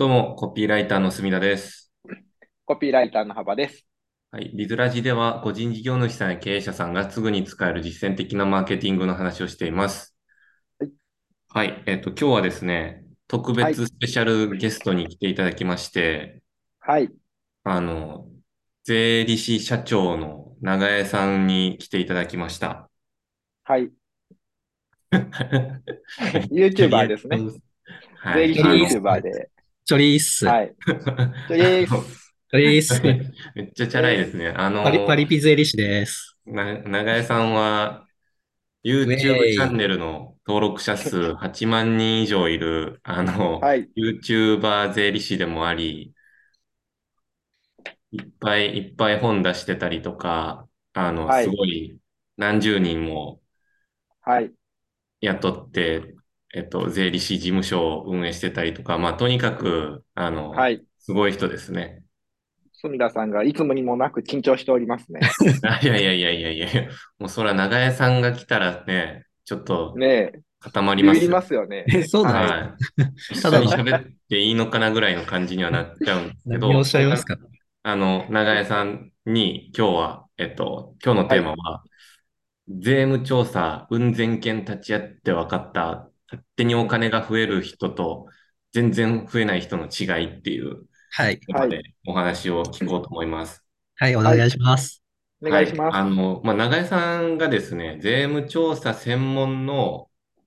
どうも、コピーライターの墨田です。 コピーライターの幅です。 はい。ビズラジでは、個人事業主さんや経営者さんがすぐに使える実践的なマーケティングの話をしています。 はい。 はい。今日はですね、特はい。 別スペシャルゲストに来ていただきまして、 はい。 あの、税理士社長の長江さんに来ていただきました。 はい。 めっちゃリ YouTuber アクシですね。 ョンです。はい。 税理士 YouTuber で。 ちょはい。 っとチョリーっす。 はい。じゃあ、 あの、 チョリーっす。 めっちゃチャラいです。 ですね。 パリピ税理士です。 長江さんは、 ウェ YouTube チャンーイ。 ネルの登録者数8万人以上いる、 はい。 YouTuber 税理士でもあり、いっぱい本出してたりとか、 はい。 すごい何十人もはい。 雇って、税理士事務所を運営してたりとか、まあ、とにかく、 はい。 すごい人ですね。 隅田さんがいつもにもなく緊張しておりますね。 いやいやいやいやいやいや、もうそら長屋さんが来たらね、ちょっとねえ。 固まりビビりまますよ。 すよね。 そうなんですか？ はい。 はい。一緒にただの、 喋っていいのかなぐらいの感じにはなっちゃうんですけ何をおっど、 しゃいますか？ 長江さんに今日は、今日のはい。 テーマは、税務調査、雲仙県立ち会って分かった、勝手におうん。 金が増える人と全然増えない人の違いっていうはい。 テーマではい。 お話を聞こうと思います。 はい、おはい。 願いします。 お願いしはい。 ます。 まあ、長江さんがですね、税務調査専門の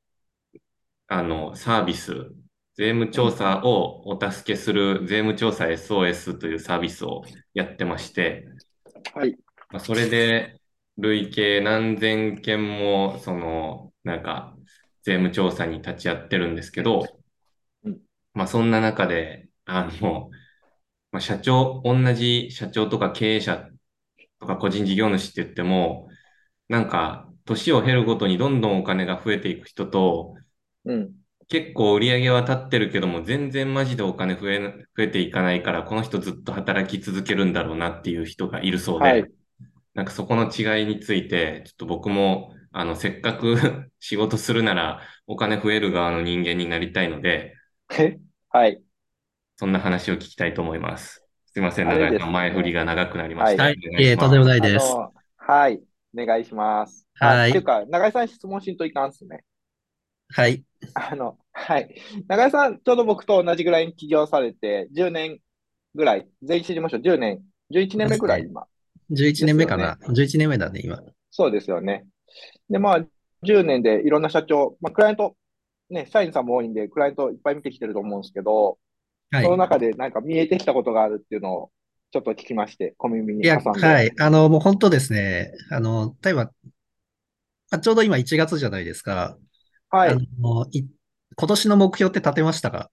サービス、税務調うん。 査をお助けする税務調査 SOS というサービスをやってまして、 はい。 まあ、それで累計何千件も、税務調査に立ち会ってるんですけど、 うん。 まあ、そんな中で、まあ、同じ社長とか経営者とか個人事業主って言っても、年を経るごとにどんどんお金が増えていく人と、 うん。 結構売り上げは立ってるけども、全然マジでお金増えていかないから、この人ずっと働き続けるんだろうなっていう人がいるそうで、 はい。 そこの違いについて、ちょっと僕も、せっかく仕事するならお金増える側の人間になりたいので、 はい。 そんな話を聞きたいと思います。すいません、 あれで長井さん、前振りすね。 が長くなりましはい。 た。 はい。 お願いいえ、とんでもします。 ないです。 はい。お願いします。あ、っはい。 ていうか、長井さん質問しんといかんっすね。 はい。 はい。長井さん、ちょうど僕と同じぐらいに起業されて、10年ぐらい、税理士事務所10年、11年目ですね。 ぐらい今、 11年目かな？ ですよね。 11 年目だね、今。 そうですよね。で、まあ、10年でいろんな社長、まあ、クライアント、ね、社員さんも多いんで、クライアントいっぱい見てきてると思うんですけど、そのはい。 中でなんか見えてきたことがあるっていうのを、ちょっと聞きまして、小耳にいや、 挟んで。 はい。もう本当ですね。例えば、ちょうど今1月じゃないですか。あはい。 の、い、今年の目標って立てましたか？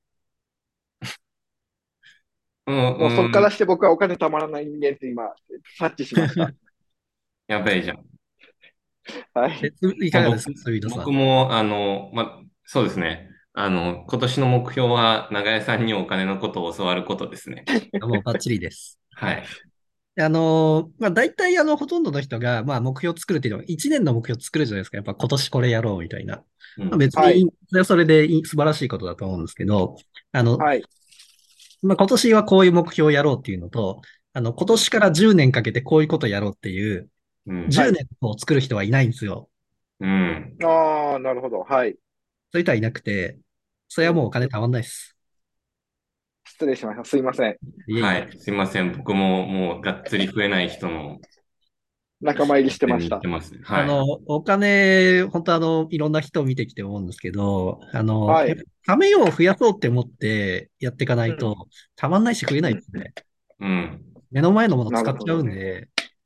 うんもうそこうん、 からして僕はお金貯まらない人間って今、察知しました。 やべえじゃん。 え、 はい。 いまあ、 かがですか、杉戸さん？ 僕も、そうですね。今年の目標は、長屋さんにお金のことを教わることですね。 もうバッチリです。 はい。 大体ほとんどの人が、まあ、目標を作るっていうのは、1年の目標を作るじゃないですか。やっぱ今年これやろうみたいな。まあ、 うん。 別はい。 に、それはそれで素晴らしいことだと思うんですけど、あの、 はい。 まあ、今年はこういう目標をやろうっていうのと、今年から10年かけてこういうことをやろうっていう、10 はい。 年を作る人はいないんですよ。 うん。 ああ、なるほど。はい。 そういう人はいなくて、それはもうおうん。 金たまんないです。 失礼しました。すいません。 いえいえ。 はい。すいません。僕ももうがっつり増えない人の仲間入りして点に行っました。 てますね。はい。 お金、本当いろんな人を見てきて思うんですけど、やっはい。 ぱ貯めよう、増やそうって思ってやっていかなうん。 いと、たまんないし増えなうん。 いですね。 うん。 目の前のものな使っちゃうるほどね。 んで、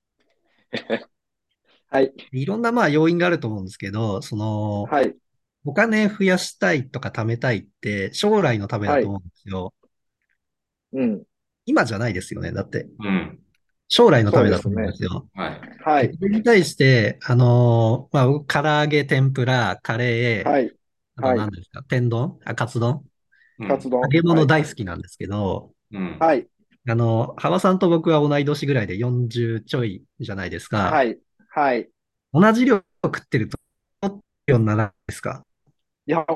はい。 いろんなまあ要因があると思うんですけど、 はい。 お金増やしたいとか貯めたいって将来のためだはい。 と思うんですよ。 うん。 今じゃないですよね。だって、 うん。 将来のたそうめだとですね。 思うんですよ。 はい。 で、 はい。 それに対して、まあ、僕、唐揚げ、天ぷら、カレー、 はい。 あとはい。 何ですか、天丼カツ丼うん。 カツ丼。 揚げ物はい。 大好きなんですけど、 うん。 はい。 幅さんと僕は同い年ぐらいで40ちょいじゃないですか。 はい。はい。 同じ量食ってると、ようにならないですか？ いや、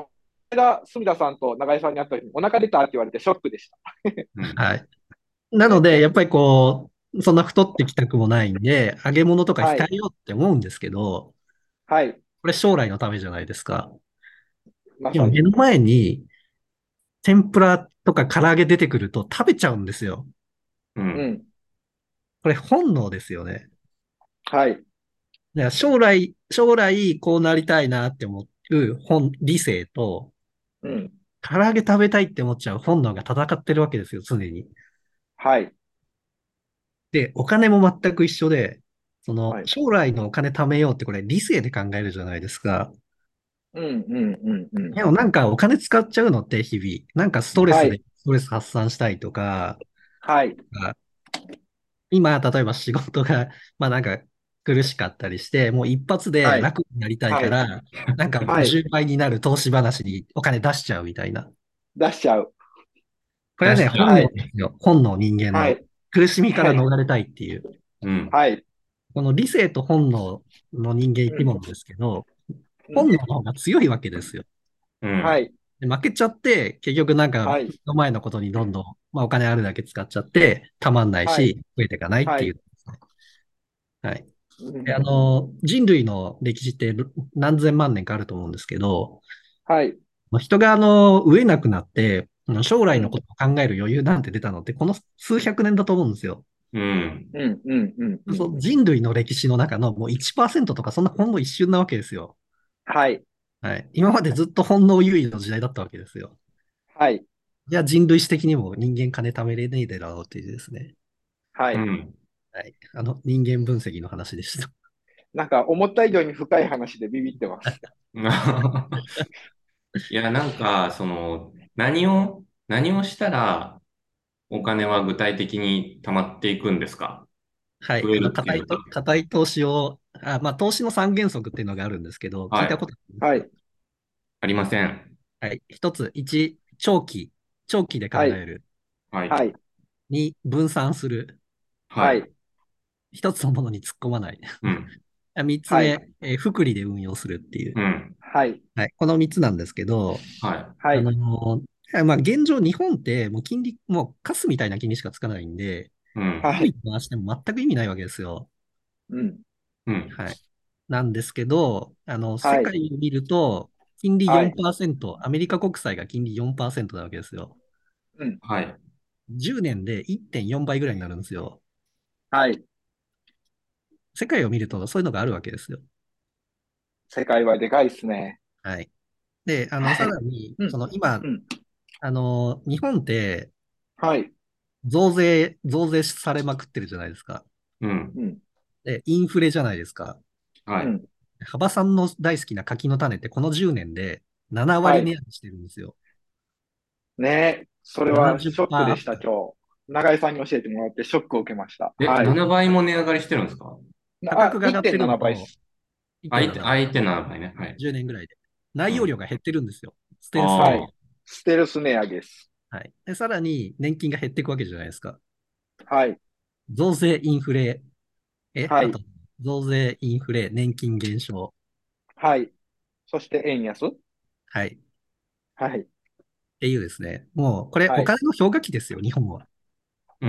間、住田さんと永井さんに会った時に、お腹出たって言われてショックでした。 うん。 はい。なので、やっぱりこう、そんな太ってきたくもないんで、揚げ物とかはい。 控えようって思うんですけど、 はい。 これ将来のためじゃないですか。 まさに。 でも目の前に天ぷらとか唐揚げ出てくると食べちゃうんですよ。 うん。 うん。 これ本能ですよね。 はい。 だから将来こうなりたいなって思う理性と、 うん。 唐揚げ食べたいって思っちゃう本能が戦ってるわけですよ、常に。 はい。 で、お金も全く一緒で、その、 はい。 将来のお金貯めようってこれ理性で考えるじゃないですか。 うん、うん、うん、うん。 でもなんかお金使っちゃうのって日々、なんかストレスではい。 ストレス発散したいとか、 はい。 あ今、例えば仕事が、まあなんか苦しかったりして、もう一発ではい。 楽になりたいはい。 から、なんかはい。 10倍になる投資話にお金出しちゃうみたいな。 出しちゃう。 これはね、本出しちゃう。 はい。 能ですよ。本能人間の。 はい。 苦しみかはい。 ら逃れたいっていう。 うん。 はい。 この理性と本能の人間生うん。 き物ですけど、 うん。 本能の方が強いわけですよ。 うん。 はい。 で負けちゃって、結局なんか、 はい。 目の前のことにどんどん、まあお金あるだけ使っちゃって、たまんないはい。 し、増えていかないっはい。 ていうですね。はい。 うん。 で人類の歴史って何千万年かあると思うんですけど、 はい。 まあ人が飢えなくなって、将来のこうん。 とを考える余裕なんて出たのって、この数百年だと思うんですよ。 うん。 うん。うん。うん。うん。 そう、人類の歴史の中のもう1%とか、そんなほんの一瞬なわけですよ。 はい。 はい。今までずっと本能優位の時代だったわけですよ。 はい。 じゃあ人類史的にも人間金貯めれねえだろうっていうですね。 はい。 うん。 はい。人間分析の話でした。 なんか、思った以上に深い話でビビってます。 いや、なんか、何をしたらお金は具体的に貯まっていくんですか？ はい。 増えるっていうのは。 固い投資を、まあ、投資の三原則っていうのがあるんですけど、聞はい。 いたことありますか？ はい。 ありません。 はい。一つ、一、長期で考はい。 える。 はい。 はい。 二、分散する。 はい。 はい。 一つのものに突っ込まない。 うん。 三つはい。 目、複利で運用するっていう。 うん。 はい。 はい。この三つなんですけど、 はあはい。 のまあ、現状日本ってもう金利、もうカスみたいな金利しかつかないんで、 い。うん。 複利はい。 回しても全く意味ないわけですよ。 うん。 うん。 はい。なんですけど、世はい。 界を見ると、金利はい。 4%、アメリカ国債が金利4%なわけですよ。 うん。 はい。 10年で1.4倍ぐらいになるんですよ。 はい。 世界を見るとそういうのがあるわけですよ。 世界はでかいっすね。 はい。で、さはい。 らに、 うん。 その今、 うん。 日本ってはい。 増税されまくってるじゃないですか。 うん。 うん。 で、インフレじゃないですか。 はい。 うん。 幅さんの大好きな柿の種ってこの10年で7割値はい。 上げしてるんですよ。 ねえ。それはショックでした、 70%アップ。 今日。永井さんに教えてもらってショックを受けました。 え、 はい。 7倍も値上がりしてるんですか？ 価格が上がってる 1.7 のと倍です。 1.7倍。 相手7倍ね。はい。 10年ぐらいで。内容うん。 量が減ってるんですよ。ステルス値上げ。 ああ。 はい。ステルス値上げです。 はい。で、さらに年金が減っていくわけじゃないですか。 はい。 増税、インフレ、 はい。 あと、増税、インフレ、年金減少。 はい。そして円安。 はい。っはい。 ていうですね。もう、これ、 はい。 お金の氷河期ですよ、日本は。 うん。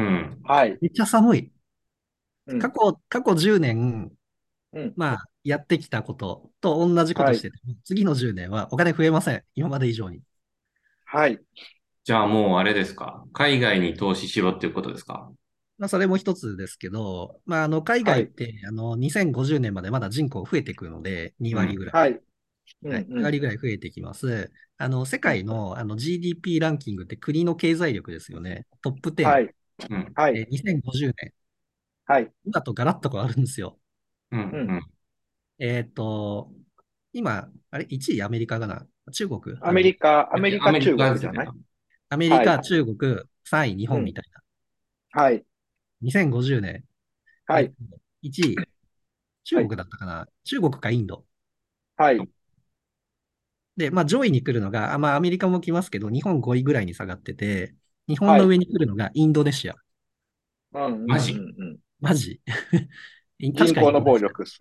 はい。 めっちゃ寒い。 うん。 過去10年、 うん。 まあ、やってきたことと同じことはい。 してて、次の10年はお金増えません。今まで以上に。 はい。 じゃあもうあれですか？海外に投資しろっていうことですか？ まあ、それも一つですけど、まあ、海はい。 外って、2050年までまだ人口増えていくので、2 うん。 割ぐらい。 はい。うん。 はい。2 うん。 割ぐらい増えてきます。世うん。 界の、GDP ランキングって国の経済力ですよね。トップ10。 はい。 うん。 はい。 2050年。 はい。 今とガラッと変わるんですよ。 うん。 うん。 うん。 えっと、今、あれ、1位アメリカかな？中国アメリカ。 アメリカ、中アメリカで国じゃない？ すよね。 アメリカ、 はい。 中国、3位日うん。 本みたいな。 はい。 2050年。 はい。 1位、中はい。 国だったかな？中国かインド。 はい。 で、まあ上位に来るのが、まあアメリカも来ますけど、日本5位ぐらいに下がってて、日本はい。 の上に来るのがインドネシア。 うん。うん。うん。 マジ？ うん。 マジ確かイ人口の暴ンドネシア。 力ですね。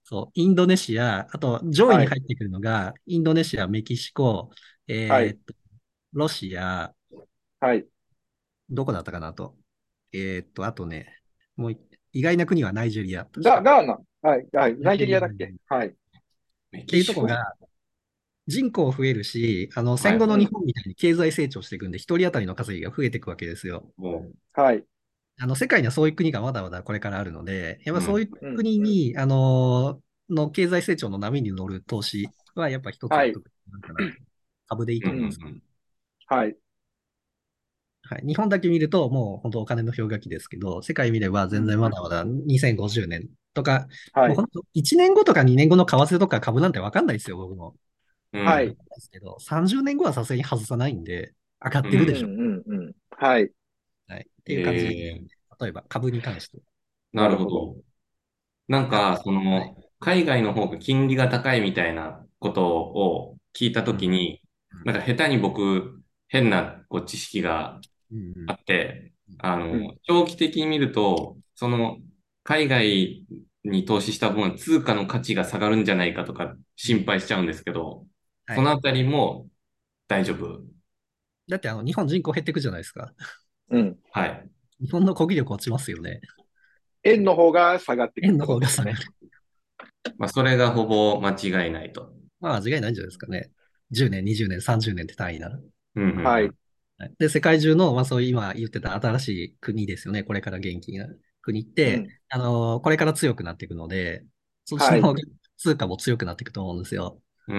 そう、インドネシア、あと上位はい。 に入ってくるのが、インドネシア、メキシコ、 はい。 ロシア、 はい。 どこだったかなと。あとね、もう意外な国はナイジェリア、確か。 ガーナ。はい。はい。ナイジェナイジェリア、 リアだっけ？はい。 メっていうとキシコ。 こが、人口増えるし、 はい。 戦後の日うん。 本みたいに経済成長していくんで、一人当たりの稼ぎが増えていくわけですよ。 もはい。 世界にはそういう国がまだまだこれからあるので、やっう、うん。 ぱそういううん。 国に、の経済成長の波に乗る投資は、やっぱ一つはい。 特になるかなと。株でいいうん。うと思います。 ん。 はい。 はい。日本だけ見ると、もう本当お金の氷河期ですけど、世界見れば全然うん。 まだまだ2050年とか、 はい。 もう本当1年後とか2年後の為替とか株なんてわかんないですよ、僕も。 はい。 うん。 ですけど、30年後はさすがに外さないんで、上がっうん。 てるでしょ。 うん。うん。うん。はい。 はい。っていう感じです。 え例えば株に関して。 なるなるほど。 ほど。なんあ、 か、 はい。 海外の方が金利が高いみたいなことを聞いたとうん。 きに、なんか下手に僕、変な知識がうん。うん。 あって、 うん。 長期的に見ると、海外に投資した分、通貨の価値が下がるんじゃないかとかうん。 心配しちゃうんですけど、 はい。 そのあたりも大丈夫？ だって日本人口減ってくじゃないですか。 うん。 はい。 日本の国力落ちますよね。 円の方が下がってくるっ円のてことですね。 方が下がる。 まあ、それがほぼ間違いないと。 まあ間違いないんじゃないですかね。10年、20年、30年って単位なら。 うんうんはい。 うん。 はい。で、世界中の、まあそういう今言ってた新しい国ですよね。これから元気な国って、 うん。 これから強くなっていくので、そっちはい。 の通貨も強くなっていくと思うんですよ。 うん。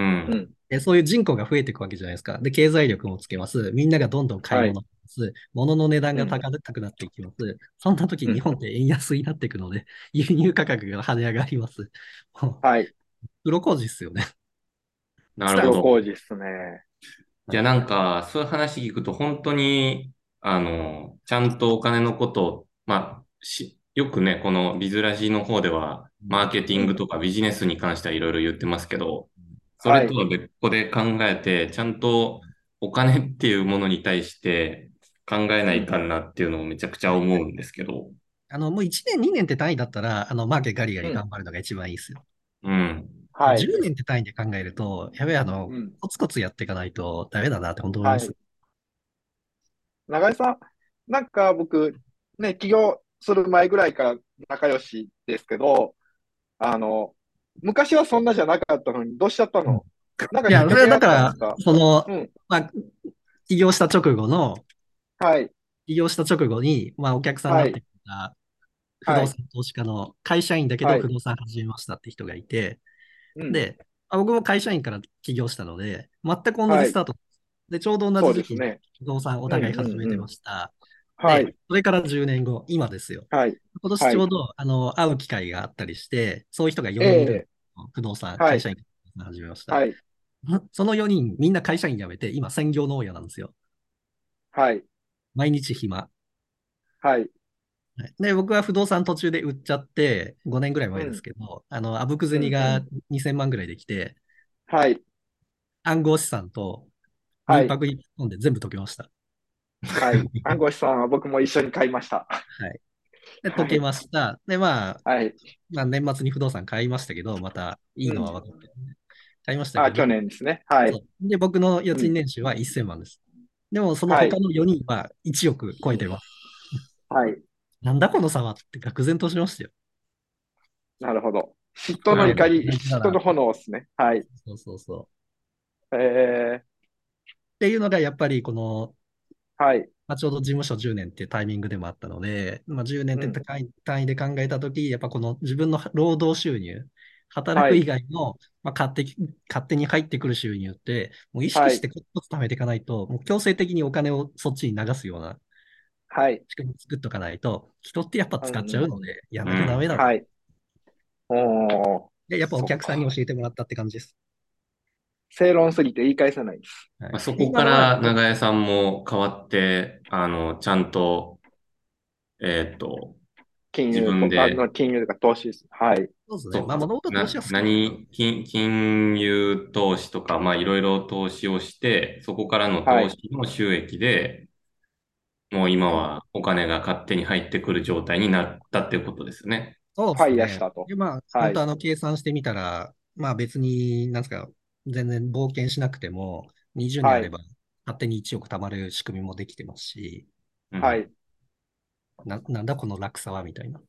うん。 で、そういう人口が増えていくわけじゃないですか。で、経済力もつけます。みんながどんどん買いはい。 物します。物の値段うん。 が高くなっていきます。そんな時うん。 日本って円安になっていくので、輸入価格が跳ね上がります。もう、 はい。 黒工事ですよね。 なるほど。 黒麹ですね。 じゃあはい。 なんか、そういう話聞くと本当に、ちゃんとお金のことを、まあ、よくね、このビズラジの方では、 うん。 マーケティうん。 ングとかビジネスに関してはいろいろ言ってますけど、それはい。 とは別個で考えて、ちゃんとお金っていうものに対して考えないうん。 かんなっていうのをめちゃくちゃはい。 思うんですけど、 もう1年、2年って単位だったら、マーケガリガリうん。 頑張るのが一番いいですよ。 うん。 はい。 10年って単位で考えると、やべえ、 うん。 コツコツやっていかないとダメだなって本当思います。 はい。長井さん、なんか僕、ね、起業する前ぐらいから仲良しですけど、あの、昔はそんなじゃなかったのに、どうしちゃったうん。いの？なんかきっや、それかけあっはだから、 たんですか？うん。 まあ、起業した直後の、 はい。 起業した直後に、まあ、お客さんになってはい。 くれた不はい。 動産投資家の会社員だけどはい。 不動産始めましたって人がいて、 うん。 で、僕も会社員から起業したので、全く同はい。 じスタートで、ちょうど同そじ時期にうですね。 不動産おうん。 互いうん。 始めてうん。 ました。で、 はい。 それから10年後、今ですよ。 はい。 今年はい。 ちょうど、会う機会があったりして、そういう人が4人いるええ。 の。不動産、 はい。 会社員から始めました。 はい。 その4人、みんな会社員辞めて、今専業農家なんですよ。 はい。 毎日暇。 はい。 はい。で、僕は不動産途中で売っちゃって、5年ぐらい前ですうん。 けど、あぶくうん。う銭がん。 2000万ぐらいできて、 はい。 暗号資産とはい。 民泊に飛んで全部解けました。 はい。暗号資産は僕も一緒に買いました。 はい。で、解けはい。 ました。で、 はい。 年末に不動産買いましたけど、またいいのうん。 は分かってるんで、買いましたけあ、去ど、 年ですね。はい。 そう。で、僕の家うん。 賃年収は1000万です。でも、そのはい。 他の4人は1億超えてます。 はい。 なんだこの差はって愕然としましたよ。 なるほど。嫉妬これはやっぱの怒り、 大事だな。 嫉妬の炎ですね。はい。 そうそうそう。 えっていうのが、やっぱりこの、 はい。 ちょうど事務所10年っていうタイミングでもあったので、10年ってうん。 単位で考えたとき、やっぱこの自分の労働収入、働く以はい。 外の、勝手に入ってくる収入って、もう意識はい。 してコツコツ貯めていかないと、もう強制的にお金をそっちに流すようなはい。 仕組みを作っとかないと、人ってやっぱ使っちゃうんうん。 うので、やんなきゃダメうん。 だな。 はい。おー。 で、やっぱおそっ客さんにか。 教えてもらったって感じです。 正論すぎて言い返せないです。 はい。 まあ、そで、 こか今は、 ら長屋さんも変わって、ちゃんと、えっと、自分で、 金融とか投資です。はい。 そうですね。 そっか、 もともと投資は好きだったので。 金融投資とか、まあ、いろいろ投資をして、そこからのはい。 投資の収益で、もう今はお金が勝手に入ってくる状態になったっていうことですね。 そうファイヤーしですね。 たと。 で、まあ、ちゃはい。 んと計算してみたら、まあ別に、なんですか、全然冒険しなくても、20年はい。 あれば、勝手に1億貯まる仕組みもできてますし、 うん。 はい。 なんだこの落差は、みたいな。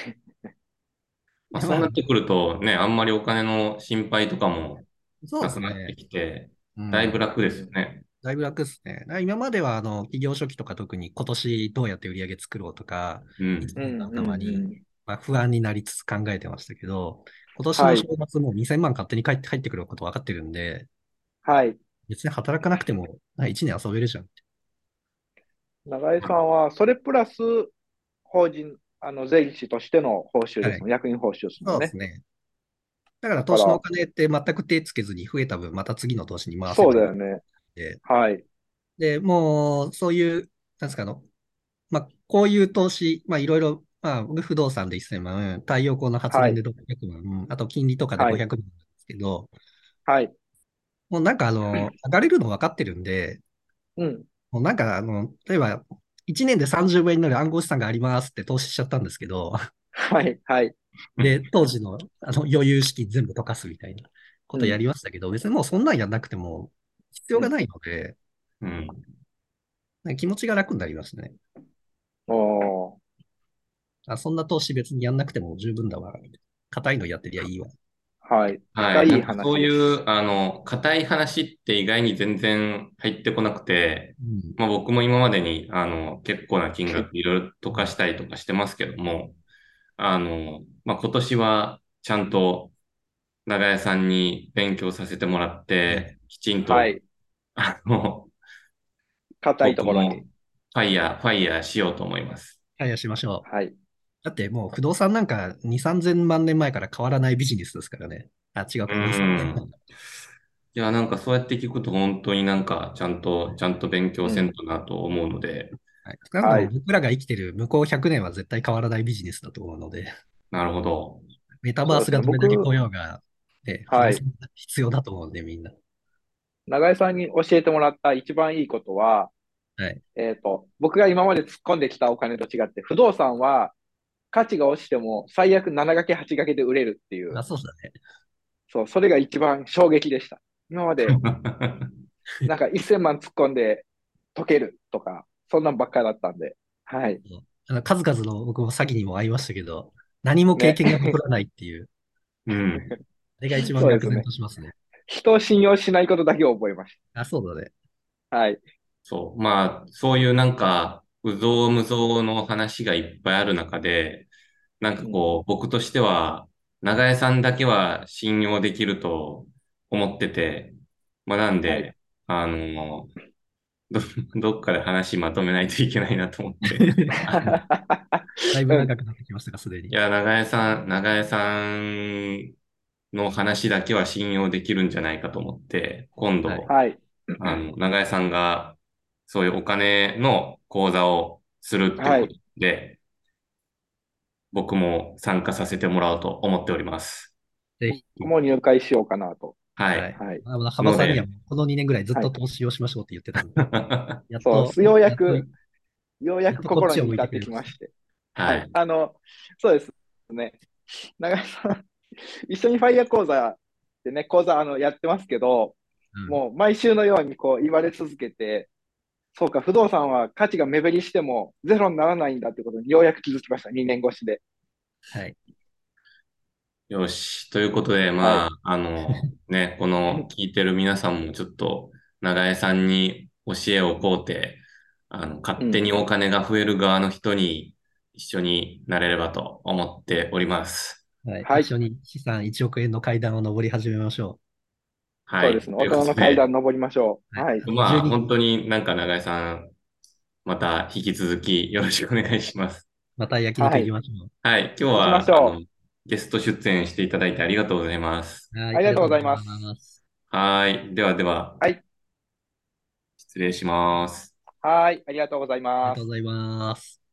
まあ、 で、まあ、 そうなってくるとね、あんまりお金の心配とかもそうなくなってですね。 きて、 うだいぶん。 楽ですよね。 だいぶ楽ですね。だから今までは、企業書記とか特に今年どうやって売り上げ作ろうとか、1 うん。 年のうん、うん、う頭に、 ん。 まあ、不安になりつつ考えてましたけど、今年の正はい。 月も2000万勝手に入ってくること分かってるんで、 はい。 別に働かなくても、1年遊べるじゃん。 長井さんは、それプラス、法人、税理士としての報酬ではい。 すもん。役員報酬ですもんね。 そうですね。だから投資のおだから、 金って全く手つけずに増えた分、また次の投資に回せそうばいいだよね。 で、 はい。 で、もう、そういう、なんですか、まあ、こういう投資、まあ、いろいろ、まあ、不動産で1000万、太陽光の発はい。 電で600万、あと金利とかではい。 500万なんですけど、 はい。 もうなんか上がれるの分かってるんで、 うん。 もうなんか例えば、1年で30倍になる暗号資産がありますって投資しちゃったんですけど、 はい。はい。 で、当時の余裕資金全部溶かすみたいなことやうん。 りましたけど、別にもうそんなんやんなくても必うん。 要がないので、 うん。 気持ちが楽になりますね。 おー。 そんな投資別にやんなくても十分だわ。硬いのやってりゃいいわ。 はい。めっちはい。 ゃいいなんかそうい話です。 う、硬い話って意外に全然入ってこなくて、 うん。 まあ僕も今までに、結構な金額いろいろ溶うん。 かしたりとかしてますけども、まあ今年はちゃんと長屋さんに勉強させてもらっはい。 て、きちんと、 はい。 あの、 硬いところに。 僕もファイヤーしようと思います。 はい、しましょう。 はい。 だってもう不動産なんか2、3000万年前から変わらないビジネスですからね。違ううか、2、3000万。 ん。いや、なんかそうやって聞くと本当になんかちゃんと勉強うん。 せんとなと思うので、 はい。少なくとはい。 も僕らが生きてる向こう100年は絶対変わらないビジネスだと思うので、 なるほど。 メタバースそうですね。 がどれだけ来僕、 ようが、不動はい。 産が必要だと思うんで、みんな。 長井さんに教えてもらった一番いいことは、 はい。 僕が今まで突っ込んできたお金と違って、不動産は価値が落ちても最悪7掛け、8掛けで売れるっていう、 そうだね。 そう、それが一番衝撃でした。今まで、なんか1000万突っ込んで解けるとか、そんなんばっかりだったんで。はい。 数々の僕も詐欺にも遭いましたけど、何も経ね。 験が残らないっていう、 うん。 あれが一番愕然そうですね。 としますね。 人を信用しないことだけを覚えましそうだね。 た。はい。 そう。まあ、そういうなんか、うぞうむぞうの話がいっぱいある中で、なんかうん。 こう、僕としては、長江さんだけは信用できると思ってて、まあなんはい。 で、あの、ど、どっかで話まとめないといけないなと思って。 だいぶうん。 長くなってきましたが、すでに。 いや、長江さんの話だけは信用できるんじゃないかと思って、今はい。 度、 はい。 長江さんが、そういうお金の講座をするってことはい。 で、僕も参加させてもらおうと思っております。 ぜひ。 僕も入会しようかなと。 はい。 はい。 はい。 幅さんにはので、 もうこの2年ぐらいずっはい。 と投資をしましょうって言ってたんで、やっそう、 と、やっと、 ようやくやっとこっちを向い心に至っててくれました。 きまして。はい。 はい。 そうですね。長井さん、一緒にファイヤー講座でね、講座やってますけど、 うん。 もう毎週のようにこう言われ続けて、そうか、不動産は価値が目減りしてもゼロにならないんだってことにようやく気づきました。2年越しで。 はい。 よし。ということで、 はい。 まあ、ね、この聞いてる皆さんもちょっと、長江さんに教えを請うて、勝手うん。 にお金が増える側の人に一緒になれればと思っております。 はい。 はい。 一緒に資産1億円の階段を上り始めましょはい。 そうですね。 という大人の階ことで、 段登りましょう。 う。 はい。 はい。 まあ、 12、 本当になんか長江さん、また引き続きよろしくお願いします。 また焼肉はい。 行きましょはい。今日行きましは、 ょゲスト出演していただいてありがとうございます。 う。はい。 う。ありがとうございありがとうございます。 ます。 はい。ではでは、 はい。 失礼します。 はい。ありがとうございます。 ありがとうございます。